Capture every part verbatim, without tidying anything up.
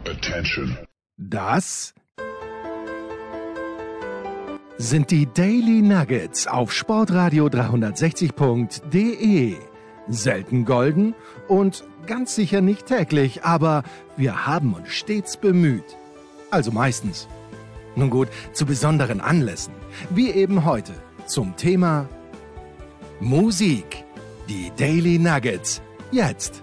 Attention. Das sind die Daily Nuggets auf Sportradio dreihundertsechzig Punkt de. Selten golden und ganz sicher nicht täglich, aber wir haben uns stets bemüht. Also meistens. Nun gut, zu besonderen Anlässen, wie eben heute, zum Thema Musik. Die Daily Nuggets, jetzt.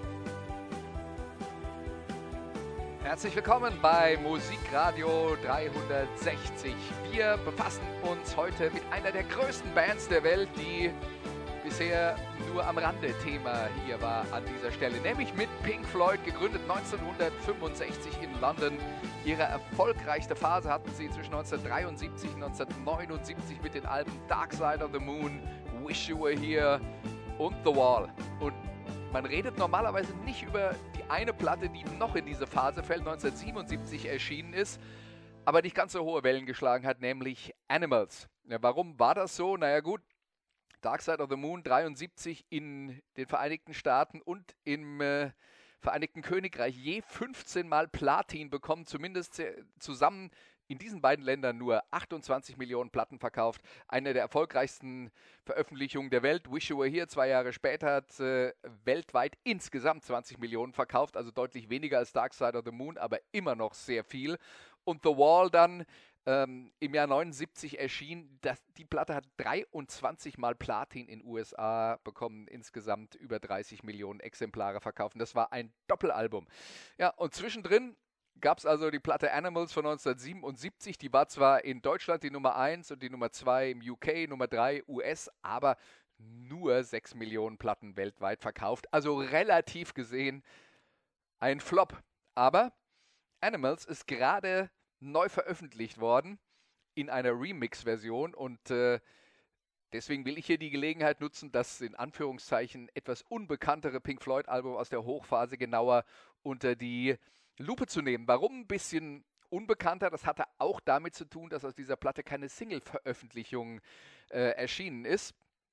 Herzlich willkommen bei Musikradio dreihundertsechzig. Wir befassen uns heute mit einer der größten Bands der Welt, die bisher nur am Rande Thema hier war an dieser Stelle, nämlich mit Pink Floyd, gegründet neunzehnhundertfünfundsechzig in London. Ihre erfolgreichste Phase hatten sie zwischen neunzehnhundertdreiundsiebzig und neunzehnhundertneunundsiebzig mit den Alben Dark Side of the Moon, Wish You Were Here und The Wall. Und man redet normalerweise nicht über die eine Platte, die noch in diese Phase fällt, neunzehnhundertsiebenundsiebzig erschienen ist, aber nicht ganz so hohe Wellen geschlagen hat, nämlich Animals. Ja, warum war das so? Naja gut, Dark Side of the Moon dreiundsiebzig in den Vereinigten Staaten und im äh, Vereinigten Königreich je fünfzehn Mal Platin bekommen, zumindest äh, zusammen in diesen beiden Ländern nur achtundzwanzig Millionen Platten verkauft. Eine der erfolgreichsten Veröffentlichungen der Welt. Wish You Were Here zwei Jahre später hat äh, weltweit insgesamt zwanzig Millionen verkauft, also deutlich weniger als Dark Side of the Moon, aber immer noch sehr viel. Und The Wall dann ähm, im Jahr neunundsiebzig erschien. Das, die Platte hat dreiundzwanzig Mal Platin in den U S A bekommen, insgesamt über dreißig Millionen Exemplare verkauft. Und das war ein Doppelalbum. Ja, und zwischendrin gab es also die Platte Animals von neunzehnhundertsiebenundsiebzig, die war zwar in Deutschland die Nummer eins und die Nummer zwei im U K, Nummer drei U S, aber nur sechs Millionen Platten weltweit verkauft, also relativ gesehen ein Flop. Aber Animals ist gerade neu veröffentlicht worden in einer Remix-Version und äh, deswegen will ich hier die Gelegenheit nutzen, das in Anführungszeichen etwas unbekanntere Pink Floyd-Album aus der Hochphase genauer unter die Lupe zu nehmen. Warum ein bisschen unbekannter? Das hatte auch damit zu tun, dass aus dieser Platte keine Single-Veröffentlichung äh, erschienen ist.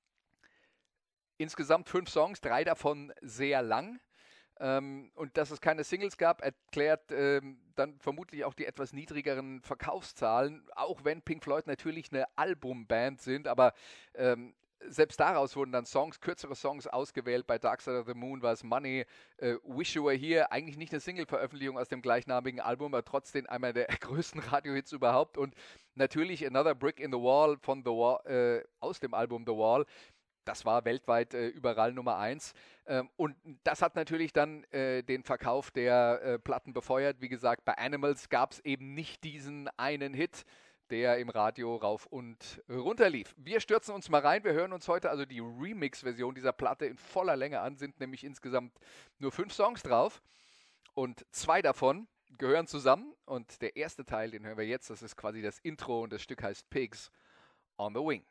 Insgesamt fünf Songs, drei davon sehr lang. Ähm, und dass es keine Singles gab, erklärt ähm, dann vermutlich auch die etwas niedrigeren Verkaufszahlen, auch wenn Pink Floyd natürlich eine Albumband sind, aber ähm, selbst daraus wurden dann Songs, kürzere Songs ausgewählt. Bei Dark Side of the Moon war es Money, äh, Wish You Were Here, eigentlich nicht eine Single-Veröffentlichung aus dem gleichnamigen Album, aber trotzdem einer der größten Radiohits überhaupt. Und natürlich Another Brick in the Wall von The Wall, äh, aus dem Album The Wall. Das war weltweit äh, überall Nummer eins. Ähm, und das hat natürlich dann äh, den Verkauf der äh, Platten befeuert. Wie gesagt, bei Animals gab es eben nicht diesen einen Hit, der im Radio rauf und runter lief. Wir stürzen uns mal rein. Wir hören uns heute also die Remix-Version dieser Platte in voller Länge an. Sind nämlich insgesamt nur fünf Songs drauf. Und zwei davon gehören zusammen. Und der erste Teil, den hören wir jetzt, das ist quasi das Intro und das Stück heißt Pigs on the Wing.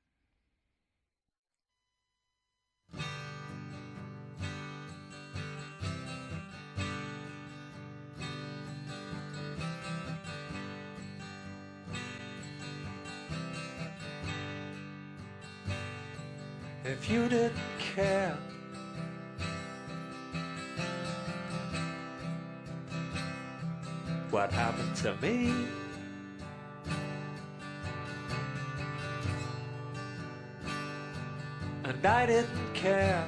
If you didn't care, what happened to me? And I didn't care.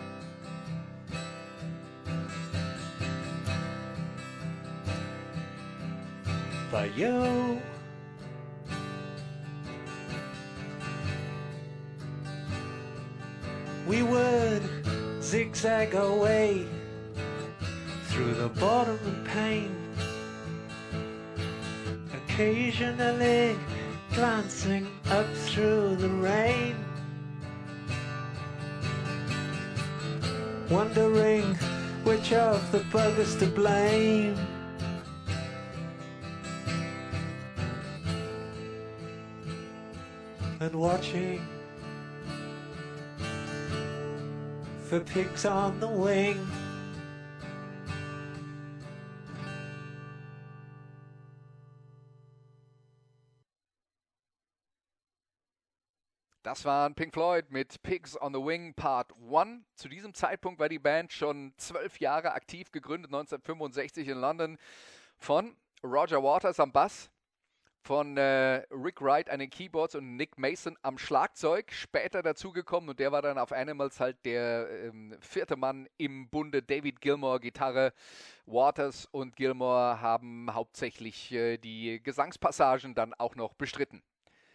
But you, we would zigzag our way through the bottom and pain, occasionally glancing up through the rain, wondering which of the buggers to blame. And watching for pigs on the wing. Das waren Pink Floyd mit Pigs on the Wing Part eins. Zu diesem Zeitpunkt war die Band schon zwölf Jahre aktiv, gegründet neunzehnhundertfünfundsechzig in London von Roger Waters am Bass, von äh, Rick Wright an den Keyboards und Nick Mason am Schlagzeug, später dazugekommen und der war dann auf Animals halt der ähm, vierte Mann im Bunde, David Gilmour Gitarre. Waters und Gilmour haben hauptsächlich äh, die Gesangspassagen dann auch noch bestritten.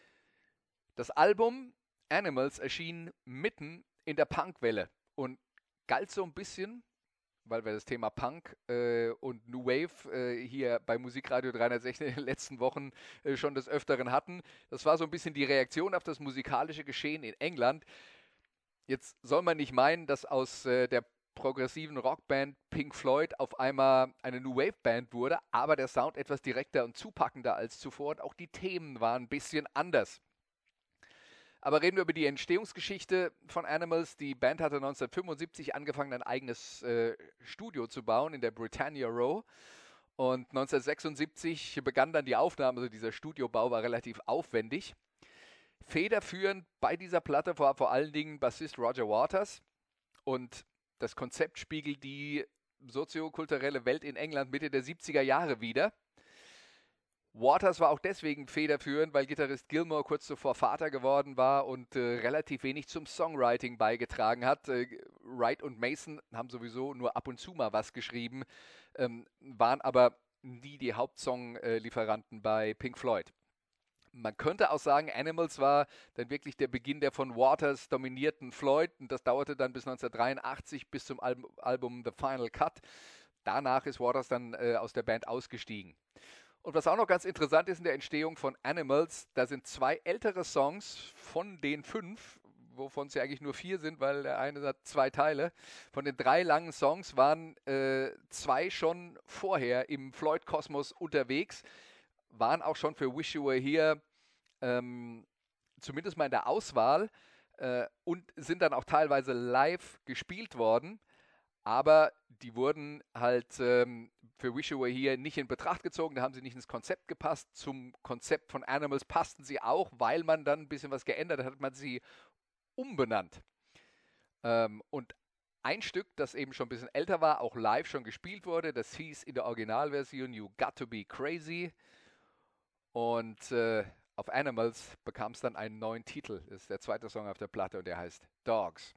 Das Album Animals erschien mitten in der Punkwelle und galt so ein bisschen, weil wir das Thema Punk äh, und New Wave äh, hier bei Musikradio dreihundertsechzig in den letzten Wochen äh, schon des Öfteren hatten. Das war so ein bisschen die Reaktion auf das musikalische Geschehen in England. Jetzt soll man nicht meinen, dass aus äh, der progressiven Rockband Pink Floyd auf einmal eine New Wave Band wurde, aber der Sound etwas direkter und zupackender als zuvor und auch die Themen waren ein bisschen anders. Aber reden wir über die Entstehungsgeschichte von Animals. Die Band hatte neunzehnhundertfünfundsiebzig angefangen, ein eigenes äh, Studio zu bauen in der Britannia Row. Und neunzehnhundertsechsundsiebzig begann dann die Aufnahme. Also dieser Studiobau war relativ aufwendig. Federführend bei dieser Platte war vor allen Dingen Bassist Roger Waters. Und das Konzept spiegelt die soziokulturelle Welt in England Mitte der siebziger Jahre wider. Waters war auch deswegen federführend, weil Gitarrist Gilmour kurz zuvor Vater geworden war und äh, relativ wenig zum Songwriting beigetragen hat. Äh, Wright und Mason haben sowieso nur ab und zu mal was geschrieben, ähm, waren aber nie die Hauptsong-Lieferanten bei Pink Floyd. Man könnte auch sagen, Animals war dann wirklich der Beginn der von Waters dominierten Floyd und das dauerte dann bis neunzehnhundertdreiundachtzig, bis zum Al- Album The Final Cut. Danach ist Waters dann äh, aus der Band ausgestiegen. Und was auch noch ganz interessant ist in der Entstehung von Animals, da sind zwei ältere Songs von den fünf, wovon es ja eigentlich nur vier sind, weil der eine hat zwei Teile. Von den drei langen Songs waren äh, zwei schon vorher im Floyd-Kosmos unterwegs, waren auch schon für Wish You Were Here ähm, zumindest mal in der Auswahl äh, und sind dann auch teilweise live gespielt worden. Aber die wurden halt ähm, für Wish You Were Here nicht in Betracht gezogen, da haben sie nicht ins Konzept gepasst. Zum Konzept von Animals passten sie auch, weil man dann ein bisschen was geändert hat, hat man sie umbenannt. Ähm, und ein Stück, das eben schon ein bisschen älter war, auch live schon gespielt wurde, das hieß in der Originalversion You Got to Be Crazy. Und äh, auf Animals bekam es dann einen neuen Titel. Das ist der zweite Song auf der Platte und der heißt Dogs.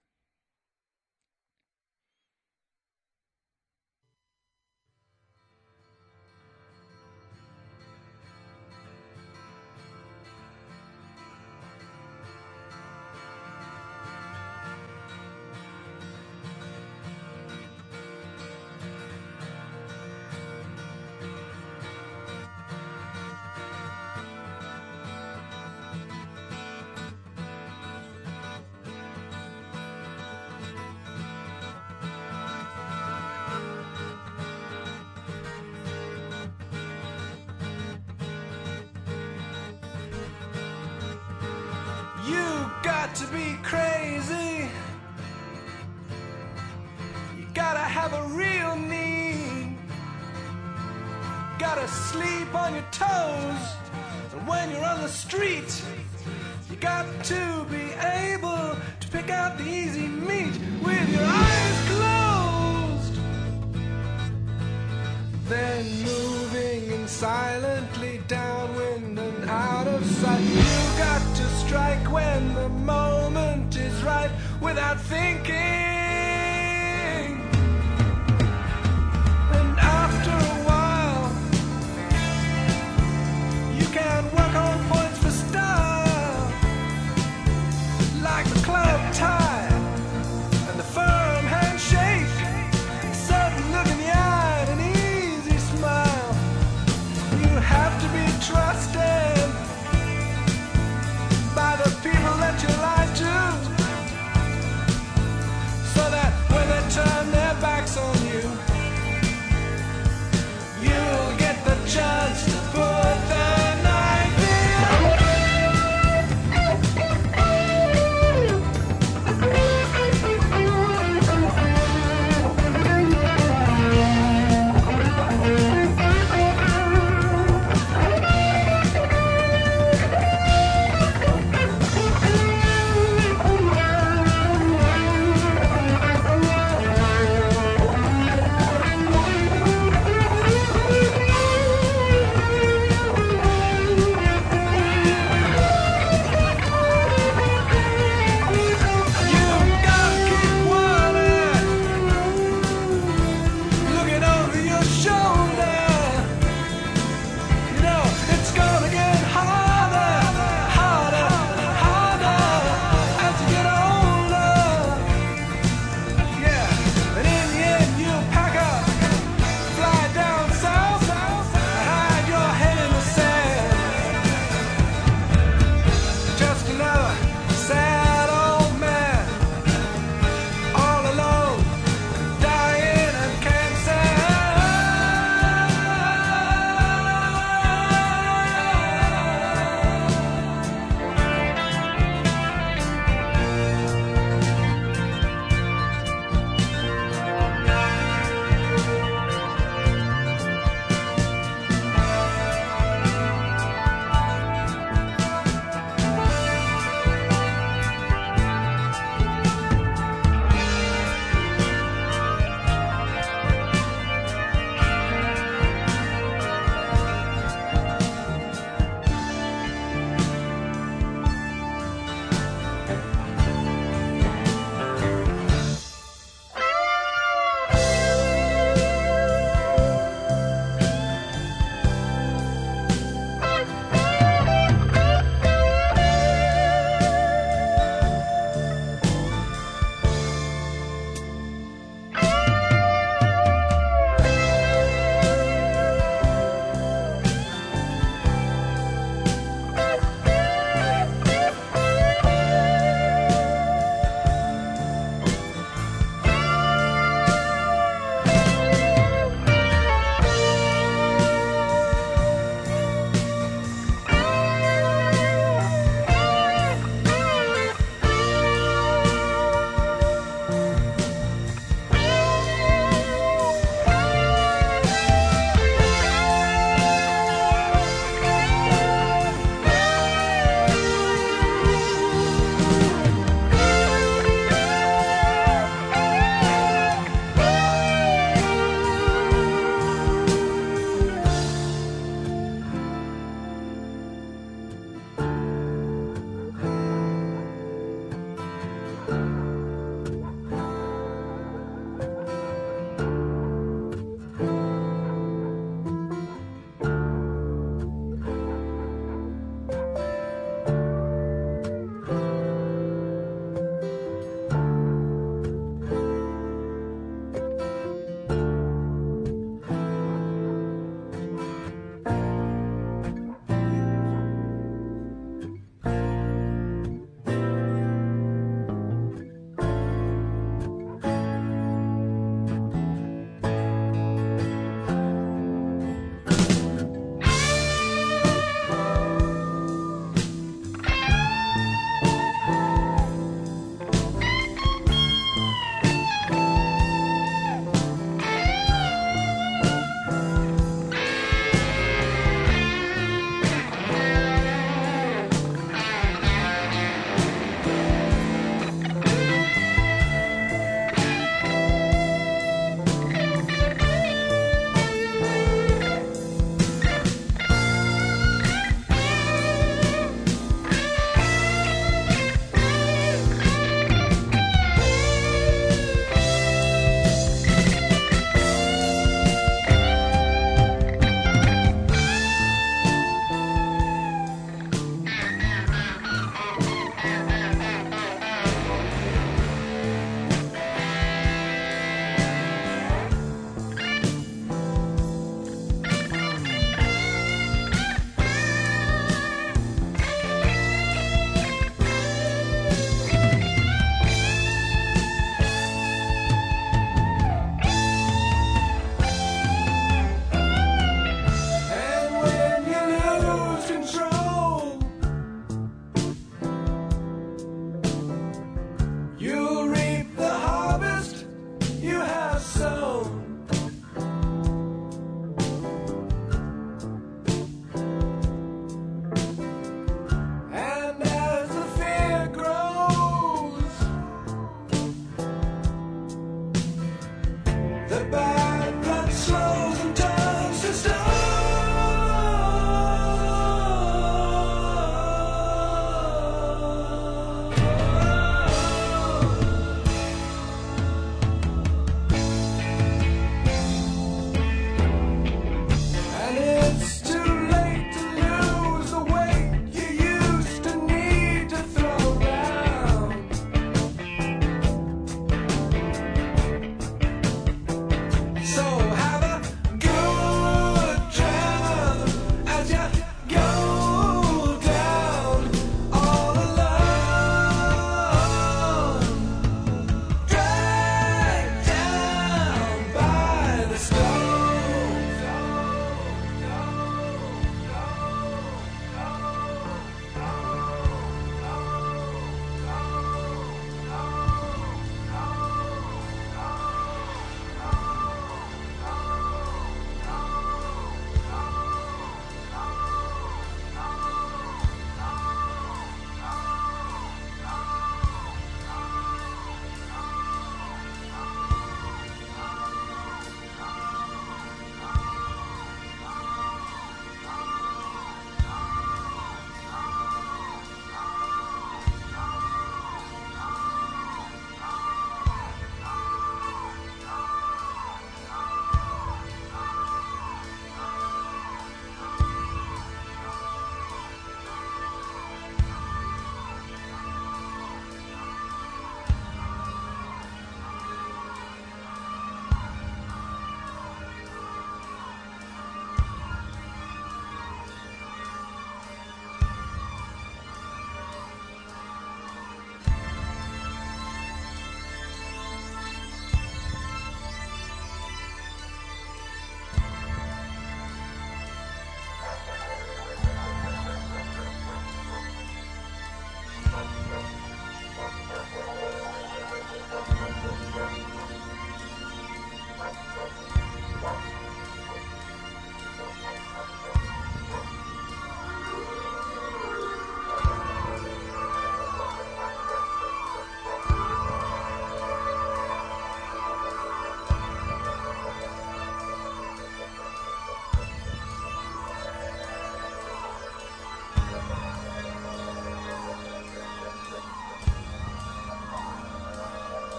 To be crazy, you gotta have a real need, gotta sleep on your toes, and when you're on the street, you got to be able to pick out the easy meat with your eyes closed, then moving in silently downwind and out of sight. You got to strike when the moment is right without thinking. And after a while, you can work on points for style, like the club tie and the firm handshake, a sudden look in the eye and an easy smile. You have to be trusted by the people that you lie to. So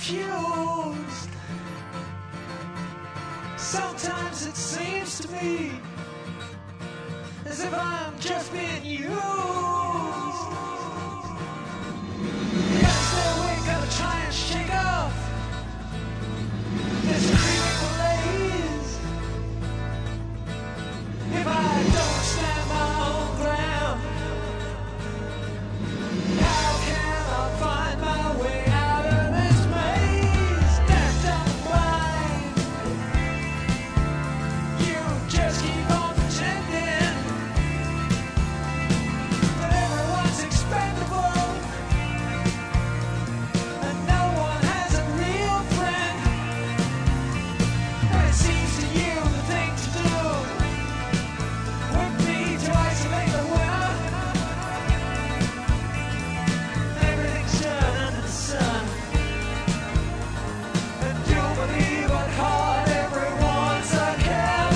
confused. Sometimes it seems to me as if I'm just being used. Gotta stay awake, gotta try and shake off this creeping malaise. If I don't stand my own ground, how can I find my way out of this maze? Death don't mind. You just keep on pretending that everyone's expendable and no one has a real friend. And it seems to you the thing to do would be to isolate the winner. Everything's done under the sun, and you'll believe at heart everyone's a killer.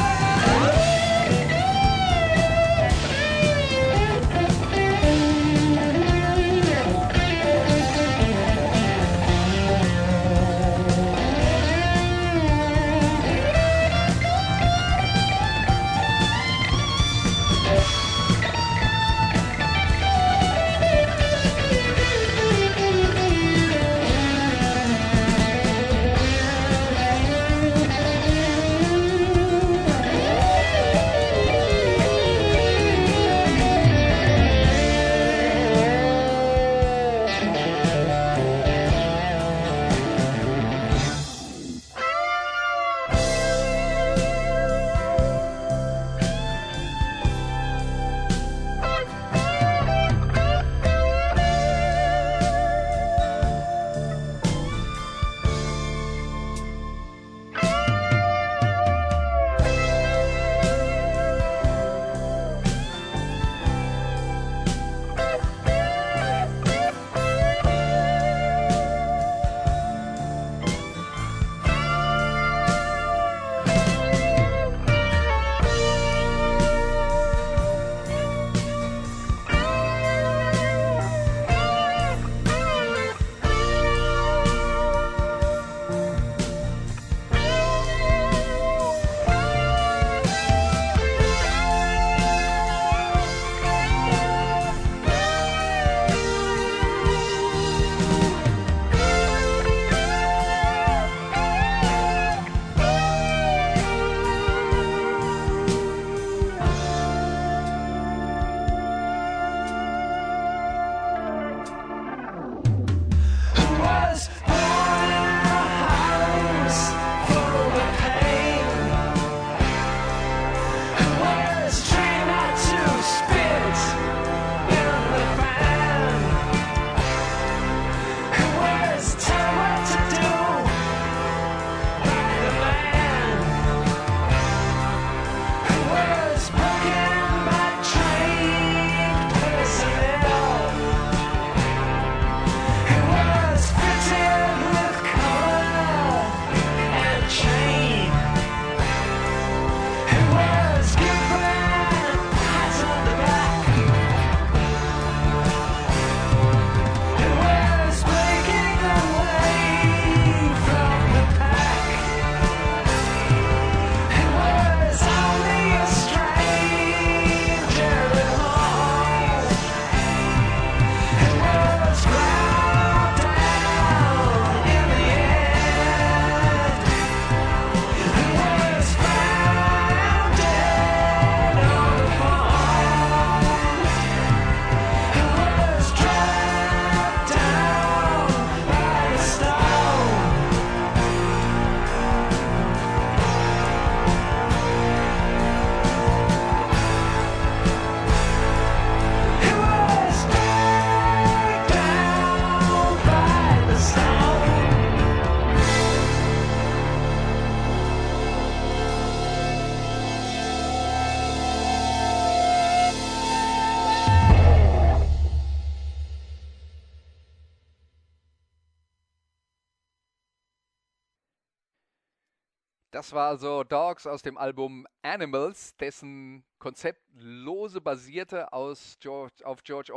Was born in a house full of pain. Was trained not to spit in the fan. Was told what to do by the man. Was broken by trained personnel. Was fitted with collar and chain. It was given pats on the back. It was breaking away from the pack. It was only a stranger at home. It was ground down in the end. It was found dead on the farm. It was dragged down by the stone. It was dragged down by the stone. Das war also Dogs aus dem Album Animals, dessen Konzept lose basierte aus George, auf George Orwells Roman Animal Farm, auf Deutsch Farm der Tiere. Und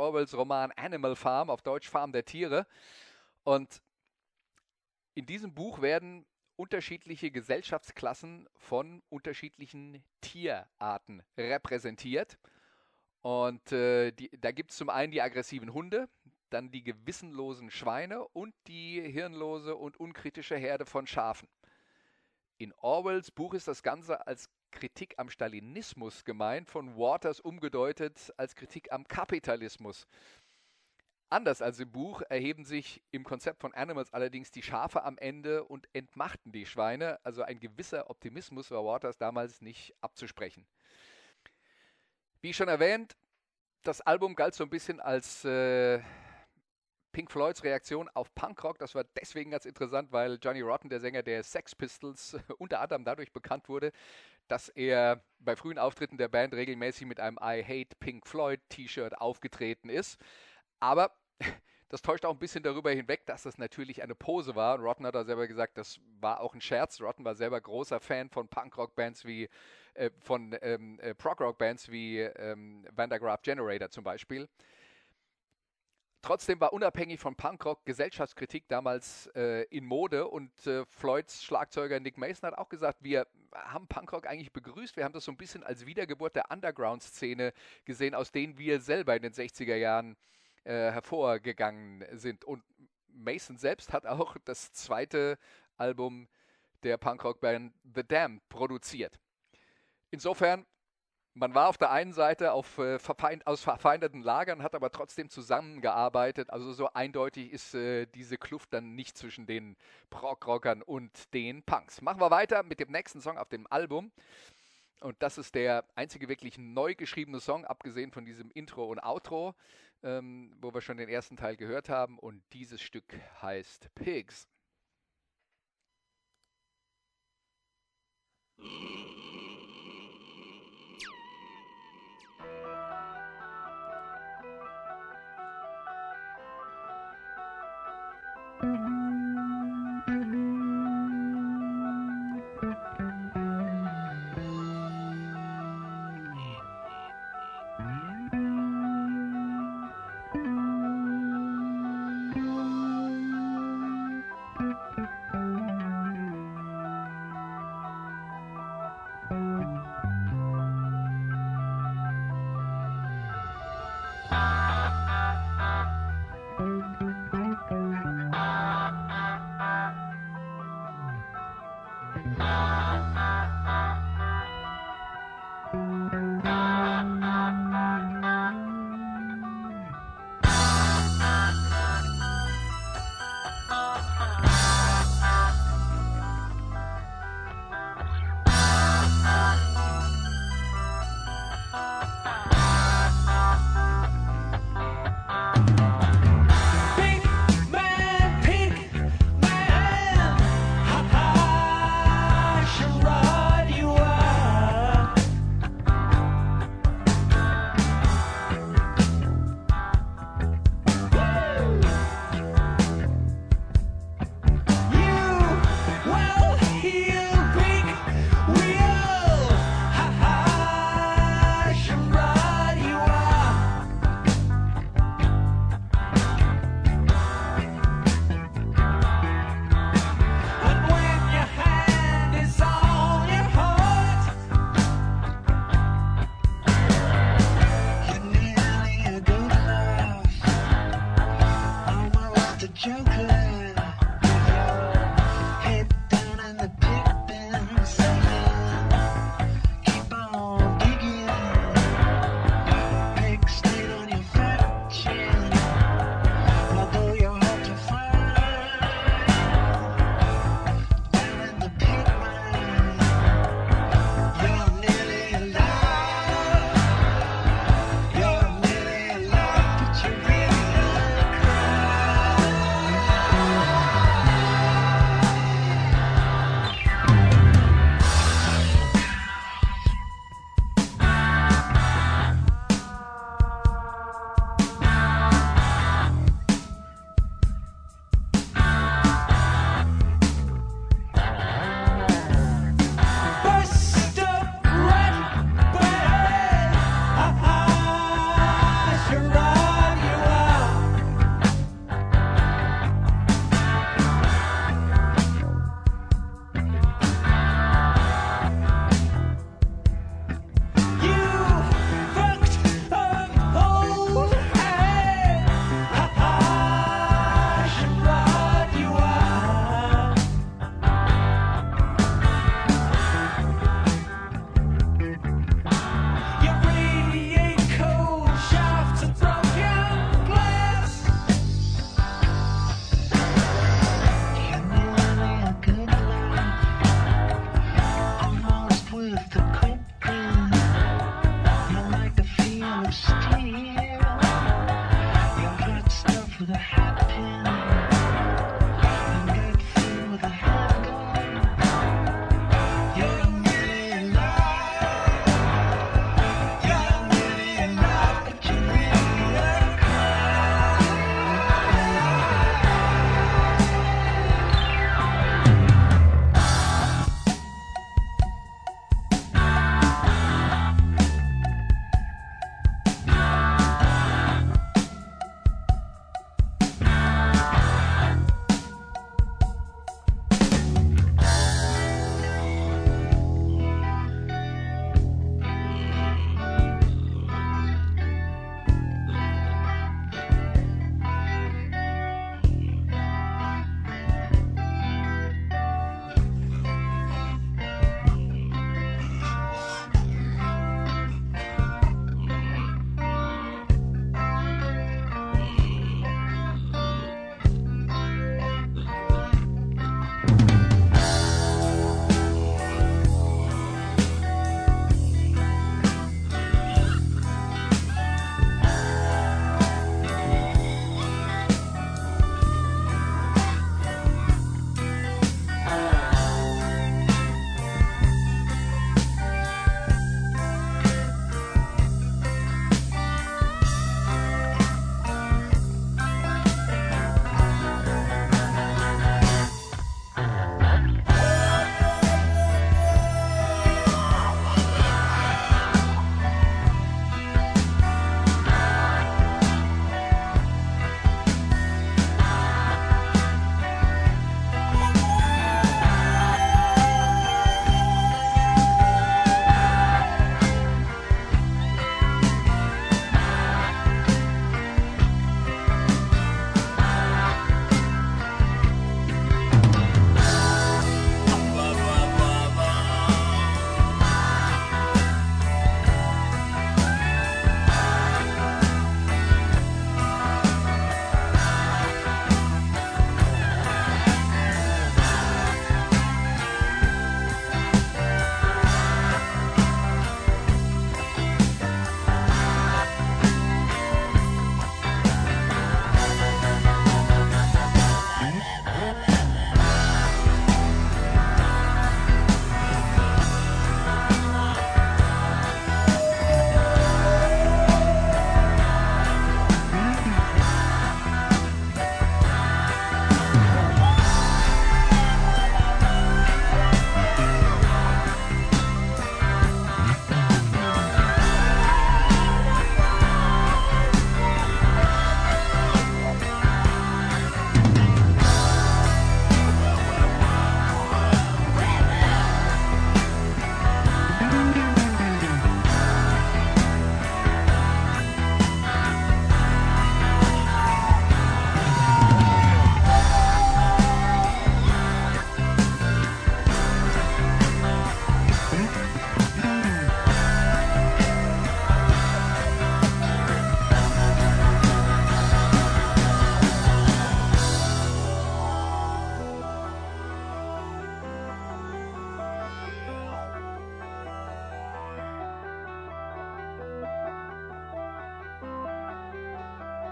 In diesem Buch werden unterschiedliche Gesellschaftsklassen von unterschiedlichen Tierarten repräsentiert. Und äh, die, da gibt es zum einen die aggressiven Hunde, dann die gewissenlosen Schweine und die hirnlose und unkritische Herde von Schafen. In Orwells Buch ist das Ganze als Kritik am Stalinismus gemeint, von Waters umgedeutet als Kritik am Kapitalismus. Anders als im Buch erheben sich im Konzept von Animals allerdings die Schafe am Ende und entmachten die Schweine. Also ein gewisser Optimismus war Waters damals nicht abzusprechen. Wie schon erwähnt, das Album galt so ein bisschen als äh, Pink Floyds Reaktion auf Punkrock. Das war deswegen ganz interessant, weil Johnny Rotten, der Sänger der Sex Pistols, unter anderem dadurch bekannt wurde, dass er bei frühen Auftritten der Band regelmäßig mit einem I Hate Pink Floyd T-Shirt aufgetreten ist. Aber das täuscht auch ein bisschen darüber hinweg, dass das natürlich eine Pose war. Und Rotten hat auch selber gesagt, das war auch ein Scherz. Rotten war selber großer Fan von Punkrock-Bands wie, äh, von ähm, äh, Prog-Rock-Bands wie ähm, Van der Graaf Generator zum Beispiel. Trotzdem war unabhängig von Punkrock Gesellschaftskritik damals äh, in Mode und äh, Floyds Schlagzeuger Nick Mason hat auch gesagt, wir haben Punkrock eigentlich begrüßt, wir haben das so ein bisschen als Wiedergeburt der Underground-Szene gesehen, aus denen wir selber in den sechziger Jahren äh, hervorgegangen sind. Und Mason selbst hat auch das zweite Album der Punkrock-Band The Damned produziert. Insofern, man war auf der einen Seite auf, äh, verfeind, aus verfeindeten Lagern, hat aber trotzdem zusammengearbeitet. Also so eindeutig ist äh, diese Kluft dann nicht zwischen den Prog-Rockern und den Punks. Machen wir weiter mit dem nächsten Song auf dem Album. Und das ist der einzige wirklich neu geschriebene Song, abgesehen von diesem Intro und Outro, ähm, wo wir schon den ersten Teil gehört haben. Und dieses Stück heißt Pigs.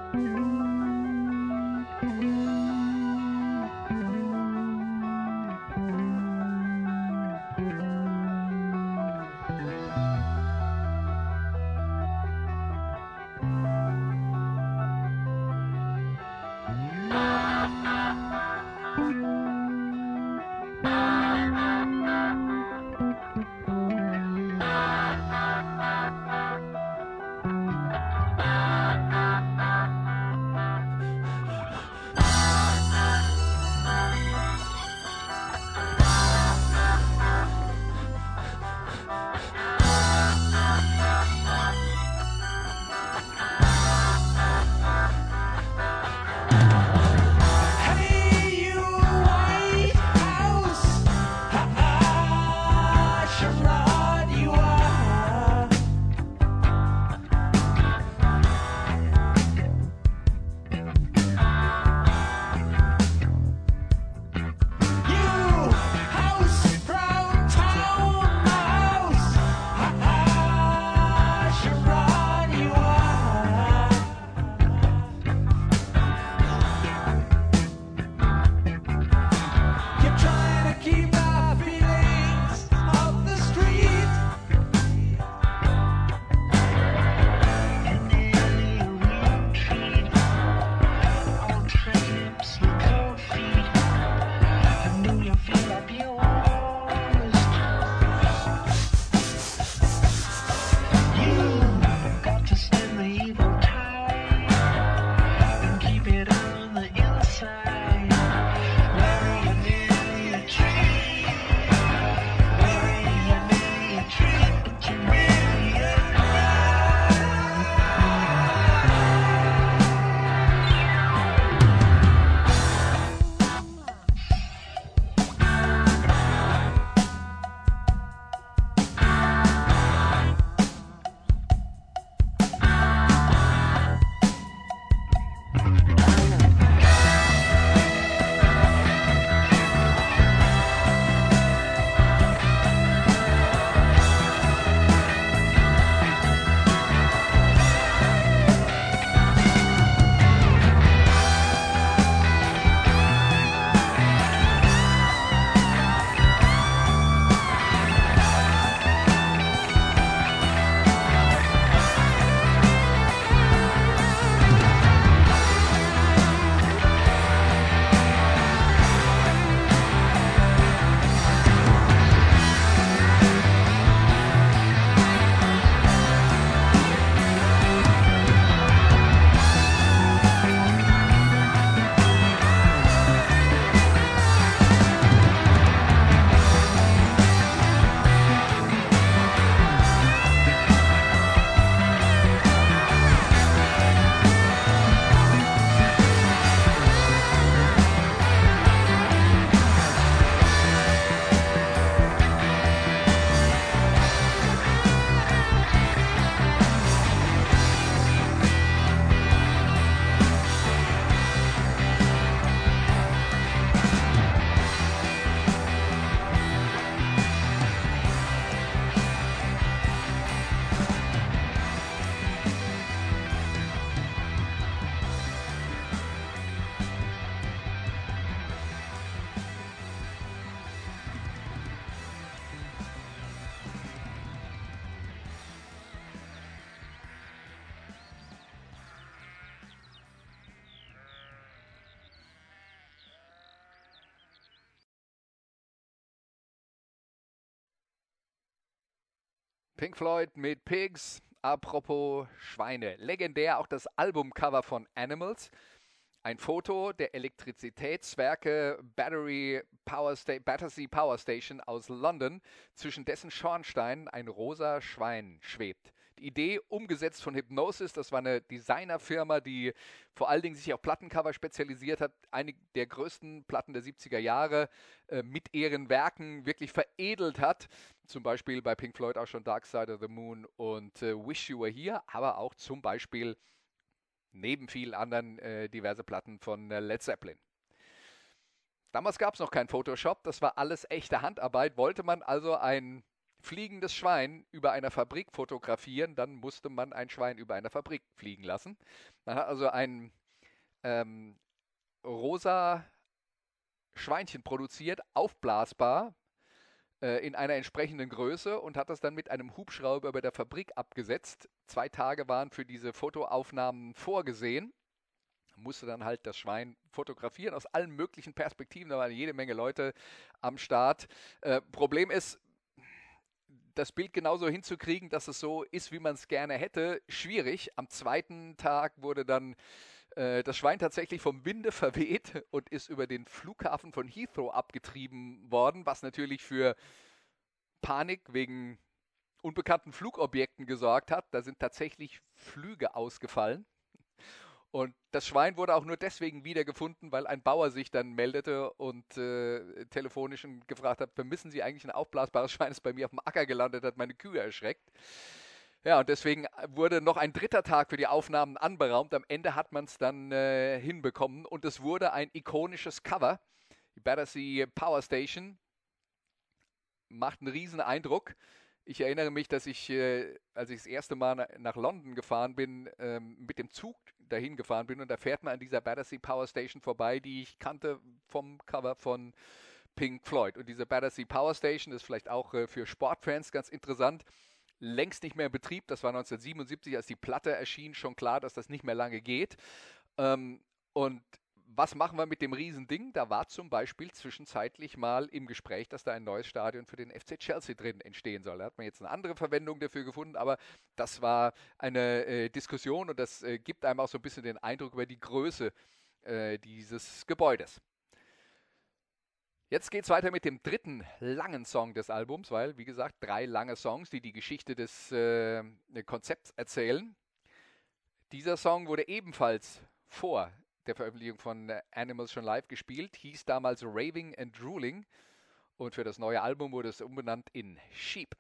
Pink Floyd mit Pigs. Apropos Schweine. Legendär auch das Albumcover von Animals. Ein Foto der Elektrizitätswerke Battery Power Sta- Battersea Power Station aus London, zwischen dessen Schornsteinen ein rosa Schwein schwebt. Die Idee umgesetzt von Hipgnosis, das war eine Designerfirma, die vor allen Dingen sich auf Plattencover spezialisiert hat, einige der größten Platten der siebziger Jahre äh, mit ihren Werken wirklich veredelt hat. Zum Beispiel bei Pink Floyd auch schon Dark Side of the Moon und äh, Wish You Were Here, aber auch zum Beispiel neben vielen anderen äh, diverse Platten von äh, Led Zeppelin. Damals gab es noch kein Photoshop, das war alles echte Handarbeit. Wollte man also ein fliegendes Schwein über einer Fabrik fotografieren, dann musste man ein Schwein über einer Fabrik fliegen lassen. Man hat also ein ähm, rosa Schweinchen produziert, aufblasbar, äh, in einer entsprechenden Größe und hat das dann mit einem Hubschrauber über der Fabrik abgesetzt. Zwei Tage waren für diese Fotoaufnahmen vorgesehen. Musste dann halt das Schwein fotografieren aus allen möglichen Perspektiven. Da waren jede Menge Leute am Start. Äh, Problem ist, das Bild genauso hinzukriegen, dass es so ist, wie man es gerne hätte, schwierig. Am zweiten Tag wurde dann äh, das Schwein tatsächlich vom Winde verweht und ist über den Flughafen von Heathrow abgetrieben worden, was natürlich für Panik wegen unbekannten Flugobjekten gesorgt hat. Da sind tatsächlich Flüge ausgefallen. Und das Schwein wurde auch nur deswegen wiedergefunden, weil ein Bauer sich dann meldete und äh, telefonisch gefragt hat, vermissen Sie eigentlich ein aufblasbares Schwein, das bei mir auf dem Acker gelandet hat, meine Kühe erschreckt. Ja, und deswegen wurde noch ein dritter Tag für die Aufnahmen anberaumt. Am Ende hat man es dann äh, hinbekommen und es wurde ein ikonisches Cover. Die Battersea Power Station macht einen riesen Eindruck. Ich erinnere mich, dass ich, äh, als ich das erste Mal nach London gefahren bin, ähm, mit dem Zug dahin gefahren bin und da fährt man an dieser Battersea Power Station vorbei, die ich kannte vom Cover von Pink Floyd. Und diese Battersea Power Station ist vielleicht auch äh, für Sportfans ganz interessant. Längst nicht mehr in Betrieb, das war neunzehnhundertsiebenundsiebzig, als die Platte erschien, schon klar, dass das nicht mehr lange geht. Ähm, und was machen wir mit dem Riesending? Da war zum Beispiel zwischenzeitlich mal im Gespräch, dass da ein neues Stadion für den F C Chelsea drin entstehen soll. Da hat man jetzt eine andere Verwendung dafür gefunden, aber das war eine äh, Diskussion und das äh, gibt einem auch so ein bisschen den Eindruck über die Größe äh, dieses Gebäudes. Jetzt geht es weiter mit dem dritten langen Song des Albums, weil, wie gesagt, drei lange Songs, die die Geschichte des äh, Konzepts erzählen. Dieser Song wurde ebenfalls vor der Veröffentlichung von Animals schon live gespielt, hieß damals Raving and Drooling und für das neue Album wurde es umbenannt in Sheep.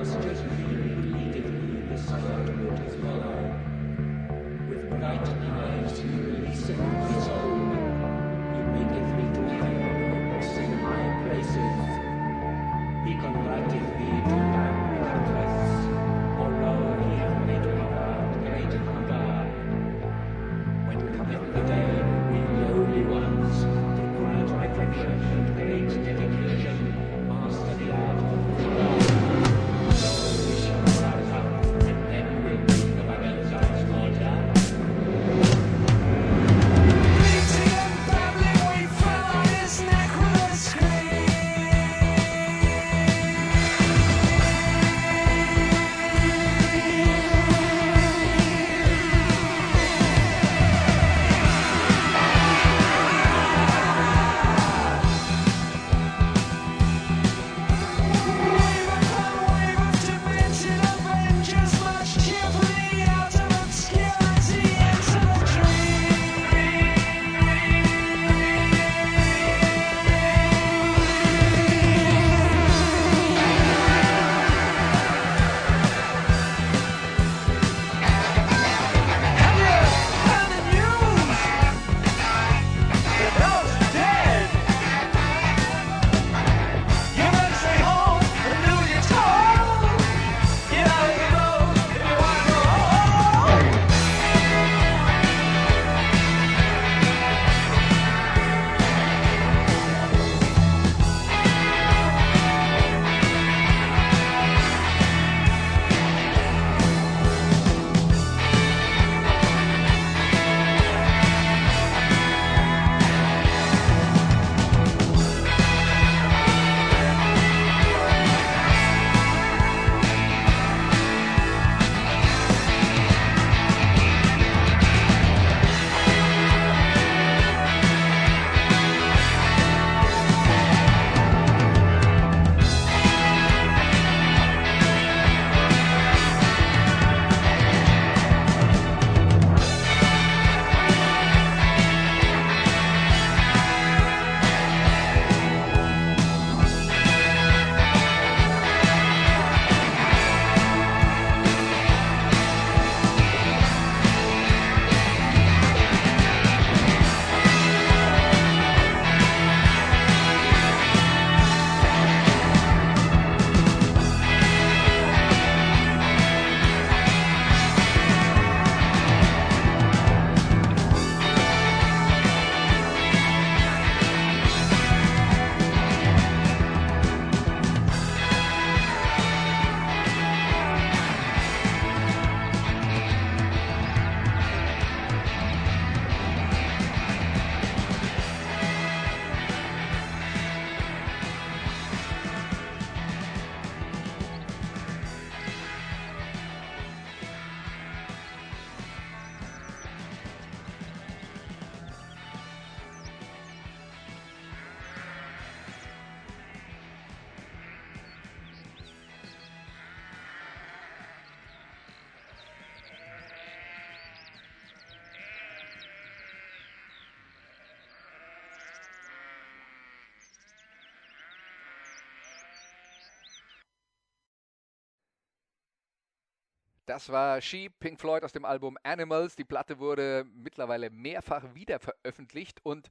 Das war She, Pink Floyd aus dem Album Animals. Die Platte wurde mittlerweile mehrfach wieder veröffentlicht und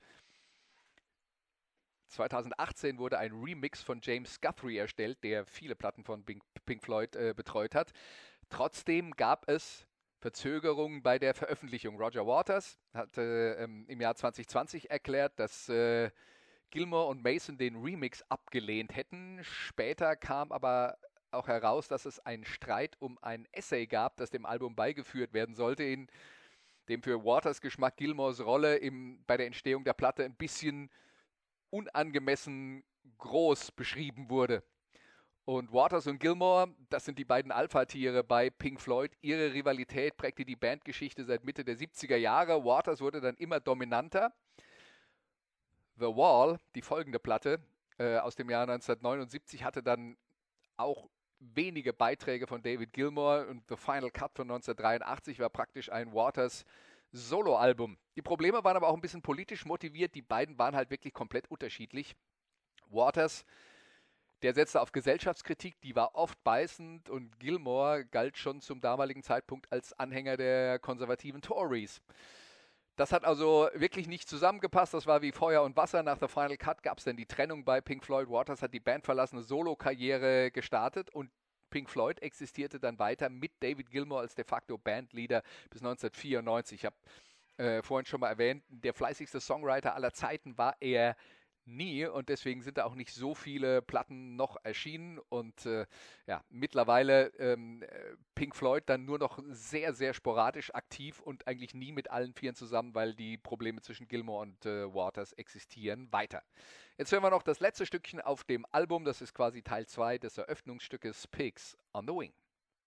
zweitausendachtzehn wurde ein Remix von James Guthrie erstellt, der viele Platten von Pink, Pink Floyd äh, betreut hat. Trotzdem gab es Verzögerungen bei der Veröffentlichung. Roger Waters hat äh, ähm, im Jahr zwanzig zwanzig erklärt, dass äh, Gilmour und Mason den Remix abgelehnt hätten. Später kam aber auch heraus, dass es einen Streit um ein Essay gab, das dem Album beigeführt werden sollte, in dem für Waters Geschmack Gilmours Rolle im, bei der Entstehung der Platte ein bisschen unangemessen groß beschrieben wurde. Und Waters und Gilmour, das sind die beiden Alpha-Tiere bei Pink Floyd. Ihre Rivalität prägte die Bandgeschichte seit Mitte der siebziger Jahre. Waters wurde dann immer dominanter. The Wall, die folgende Platte äh, aus dem Jahr neunzehnhundertneunundsiebzig, hatte dann auch wenige Beiträge von David Gilmour, und The Final Cut von neunzehnhundertdreiundachtzig war praktisch ein Waters Soloalbum. Die Probleme waren aber auch ein bisschen politisch motiviert. Die beiden waren halt wirklich komplett unterschiedlich. Waters, Der setzte auf Gesellschaftskritik, die war oft beißend und Gilmour galt schon zum damaligen Zeitpunkt als Anhänger der konservativen Tories. Das hat also wirklich nicht zusammengepasst. Das war wie Feuer und Wasser. Nach der Final Cut gab es dann die Trennung bei Pink Floyd. Waters hat die Band verlassen, eine Solo-Karriere gestartet und Pink Floyd existierte dann weiter mit David Gilmour als de facto Bandleader bis neunzehnhundertvierundneunzig. Ich habe äh, vorhin schon mal erwähnt, der fleißigste Songwriter aller Zeiten war er nie und deswegen sind da auch nicht so viele Platten noch erschienen und äh, ja, mittlerweile ähm, Pink Floyd dann nur noch sehr, sehr sporadisch aktiv und eigentlich nie mit allen Vieren zusammen, weil die Probleme zwischen Gilmour und äh, Waters existieren weiter. Jetzt hören wir noch das letzte Stückchen auf dem Album, das ist quasi Teil zwei des Eröffnungsstückes Pigs on the Wing.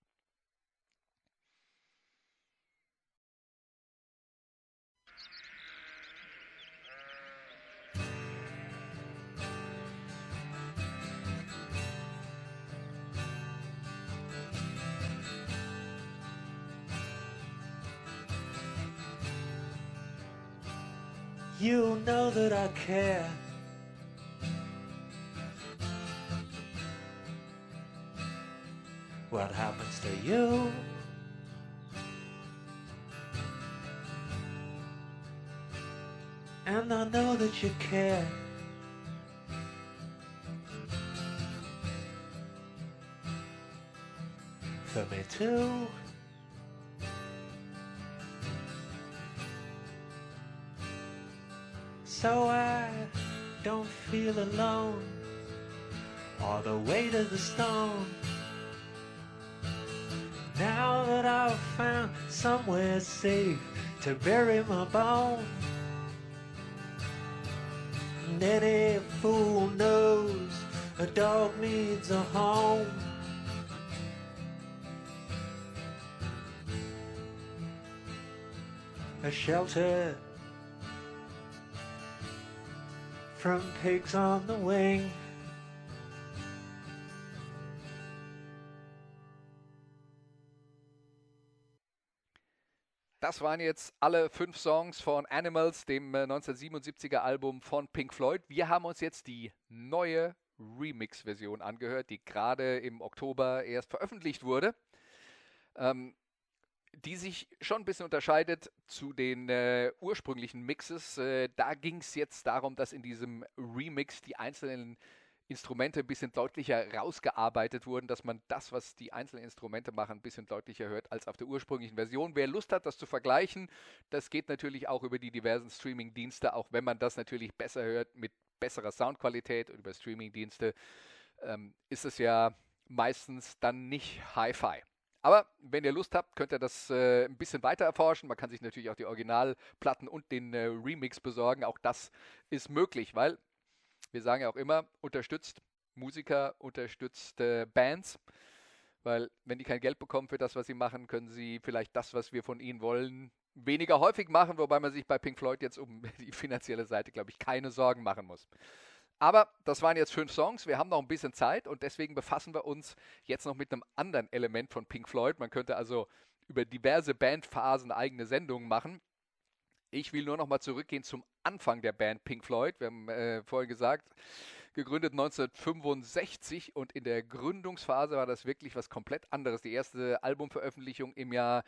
You know that I care. What happens to you? And I know that you care. For me too. So I don't feel alone, or the weight of the stone. Now that I've found somewhere safe to bury my bone. And any fool knows a dog needs a home. A shelter from pigs on the wing. Das waren jetzt alle fünf Songs von Animals, dem äh, neunzehnhundertsiebenundsiebziger Album von Pink Floyd. Wir haben uns jetzt die neue Remix-Version angehört, die gerade im Oktober erst veröffentlicht wurde. Ähm, die sich schon ein bisschen unterscheidet zu den äh, ursprünglichen Mixes. Äh, da ging es jetzt darum, dass in diesem Remix die einzelnen Instrumente ein bisschen deutlicher rausgearbeitet wurden, dass man das, was die einzelnen Instrumente machen, ein bisschen deutlicher hört als auf der ursprünglichen Version. Wer Lust hat, das zu vergleichen, das geht natürlich auch über die diversen Streaming-Dienste, auch wenn man das natürlich besser hört mit besserer Soundqualität und über Streaming-Dienste, ähm, ist es ja meistens dann nicht Hi-Fi. Aber wenn ihr Lust habt, könnt ihr das äh, ein bisschen weiter erforschen. Man kann sich natürlich auch die Originalplatten und den äh, Remix besorgen. Auch das ist möglich, weil wir sagen ja auch immer, unterstützt Musiker, unterstützt äh, Bands. Weil wenn die kein Geld bekommen für das, was sie machen, können sie vielleicht das, was wir von ihnen wollen, weniger häufig machen. Wobei man sich bei Pink Floyd jetzt um die finanzielle Seite, glaube ich, keine Sorgen machen muss. Aber das waren jetzt fünf Songs, wir haben noch ein bisschen Zeit und deswegen befassen wir uns jetzt noch mit einem anderen Element von Pink Floyd. Man könnte also über diverse Bandphasen eigene Sendungen machen. Ich will nur noch mal zurückgehen zum Anfang der Band Pink Floyd. Wir haben äh, vorhin gesagt, gegründet neunzehnhundertfünfundsechzig und in der Gründungsphase war das wirklich was komplett anderes. Die erste Albumveröffentlichung im Jahr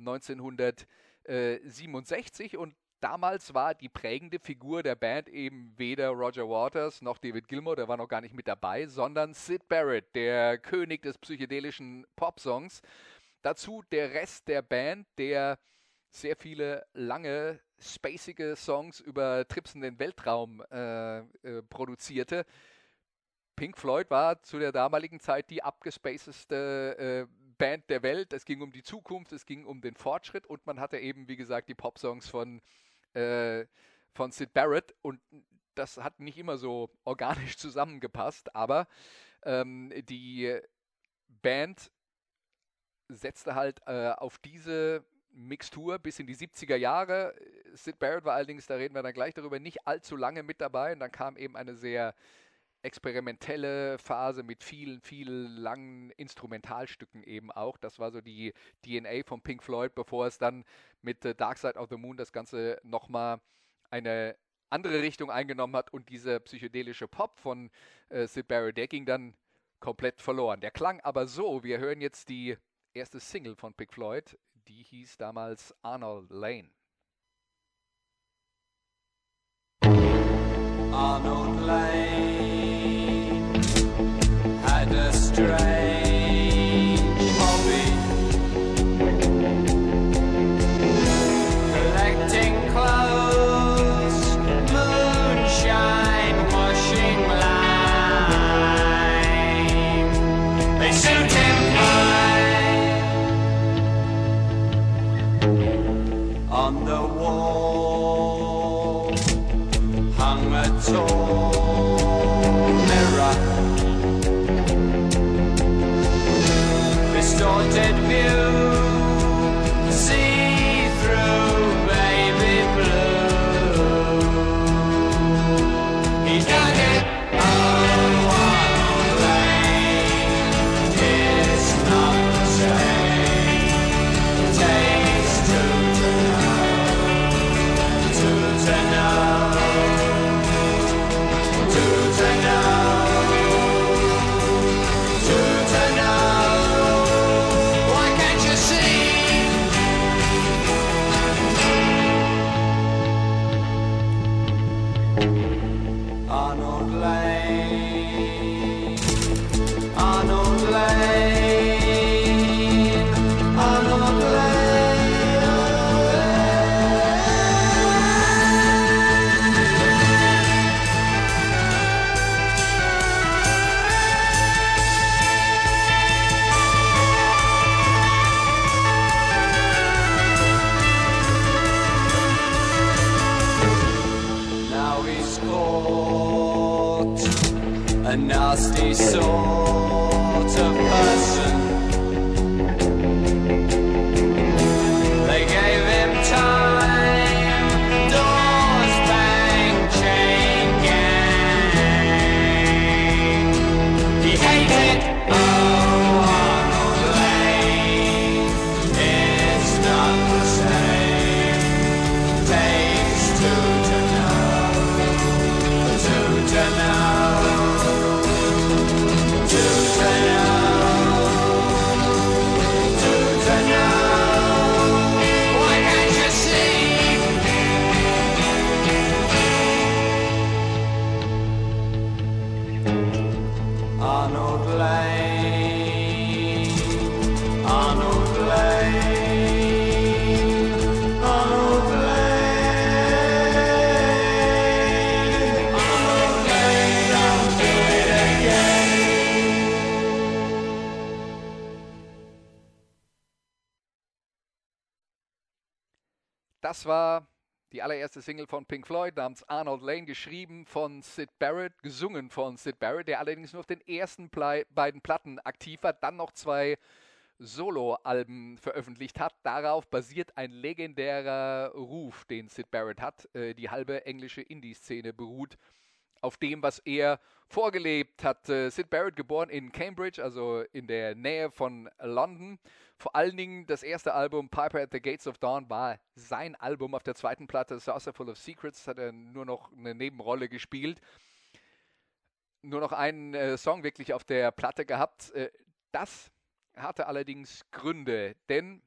neunzehnhundertsiebenundsechzig und damals war die prägende Figur der Band eben weder Roger Waters noch David Gilmour, der war noch gar nicht mit dabei, sondern Syd Barrett, der König des psychedelischen Popsongs. Dazu der Rest der Band, der sehr viele lange, spacige Songs über Trips in den Weltraum äh, äh, produzierte. Pink Floyd war zu der damaligen Zeit die abgespacedeste äh, Band der Welt. Es ging um die Zukunft, es ging um den Fortschritt und man hatte eben, wie gesagt, die Popsongs von, äh, von Syd Barrett und das hat nicht immer so organisch zusammengepasst, aber ähm, die Band setzte halt äh, auf diese Mixtur bis in die siebziger Jahre. Syd Barrett war allerdings, da reden wir dann gleich darüber, nicht allzu lange mit dabei und dann kam eben eine sehr experimentelle Phase mit vielen, vielen langen Instrumentalstücken eben auch. Das war so die D N A von Pink Floyd, bevor es dann mit äh, Dark Side of the Moon das Ganze nochmal eine andere Richtung eingenommen hat und dieser psychedelische Pop von äh, Syd Barrett, der ging dann komplett verloren. Der klang aber so, wir hören jetzt die erste Single von Pink Floyd, die hieß damals Arnold Lane. Arnold Lane had a strange hobby, collecting clothes, moonshine, washing line. They suit him fine. On the wall hung a tall mirror, distorted view, see through baby blue. He dug it, oh, Arnold Lane, it's not the same. Takes two to know, two to know. Arnold Lane, Arnold Lane, Arnold Lane. Now he's caught, a nasty sort of person. They gave him time, doors bang, chain gang. He hated, oh, Arnold Lane, it's not the same. Takes two to know, two to know. Arnold Lane, Arnold Lane, Arnold Lane, Arnold Lane, I'll do it again. Das war die allererste Single von Pink Floyd namens Arnold Lane, geschrieben von Syd Barrett, gesungen von Syd Barrett, der allerdings nur auf den ersten Ple- beiden Platten aktiv war, dann noch zwei Solo-Alben veröffentlicht hat. Darauf basiert ein legendärer Ruf, den Syd Barrett hat. Äh, die halbe englische Indie-Szene beruht auf dem, was er vorgelebt hat. Äh, Syd Barrett, geboren in Cambridge, also in der Nähe von London. Vor allen Dingen das erste Album Piper at the Gates of Dawn war sein Album. Auf der zweiten Platte Saucer Full of Secrets hat er nur noch eine Nebenrolle gespielt. Nur noch einen äh, Song wirklich auf der Platte gehabt. Äh, das hatte allerdings Gründe, denn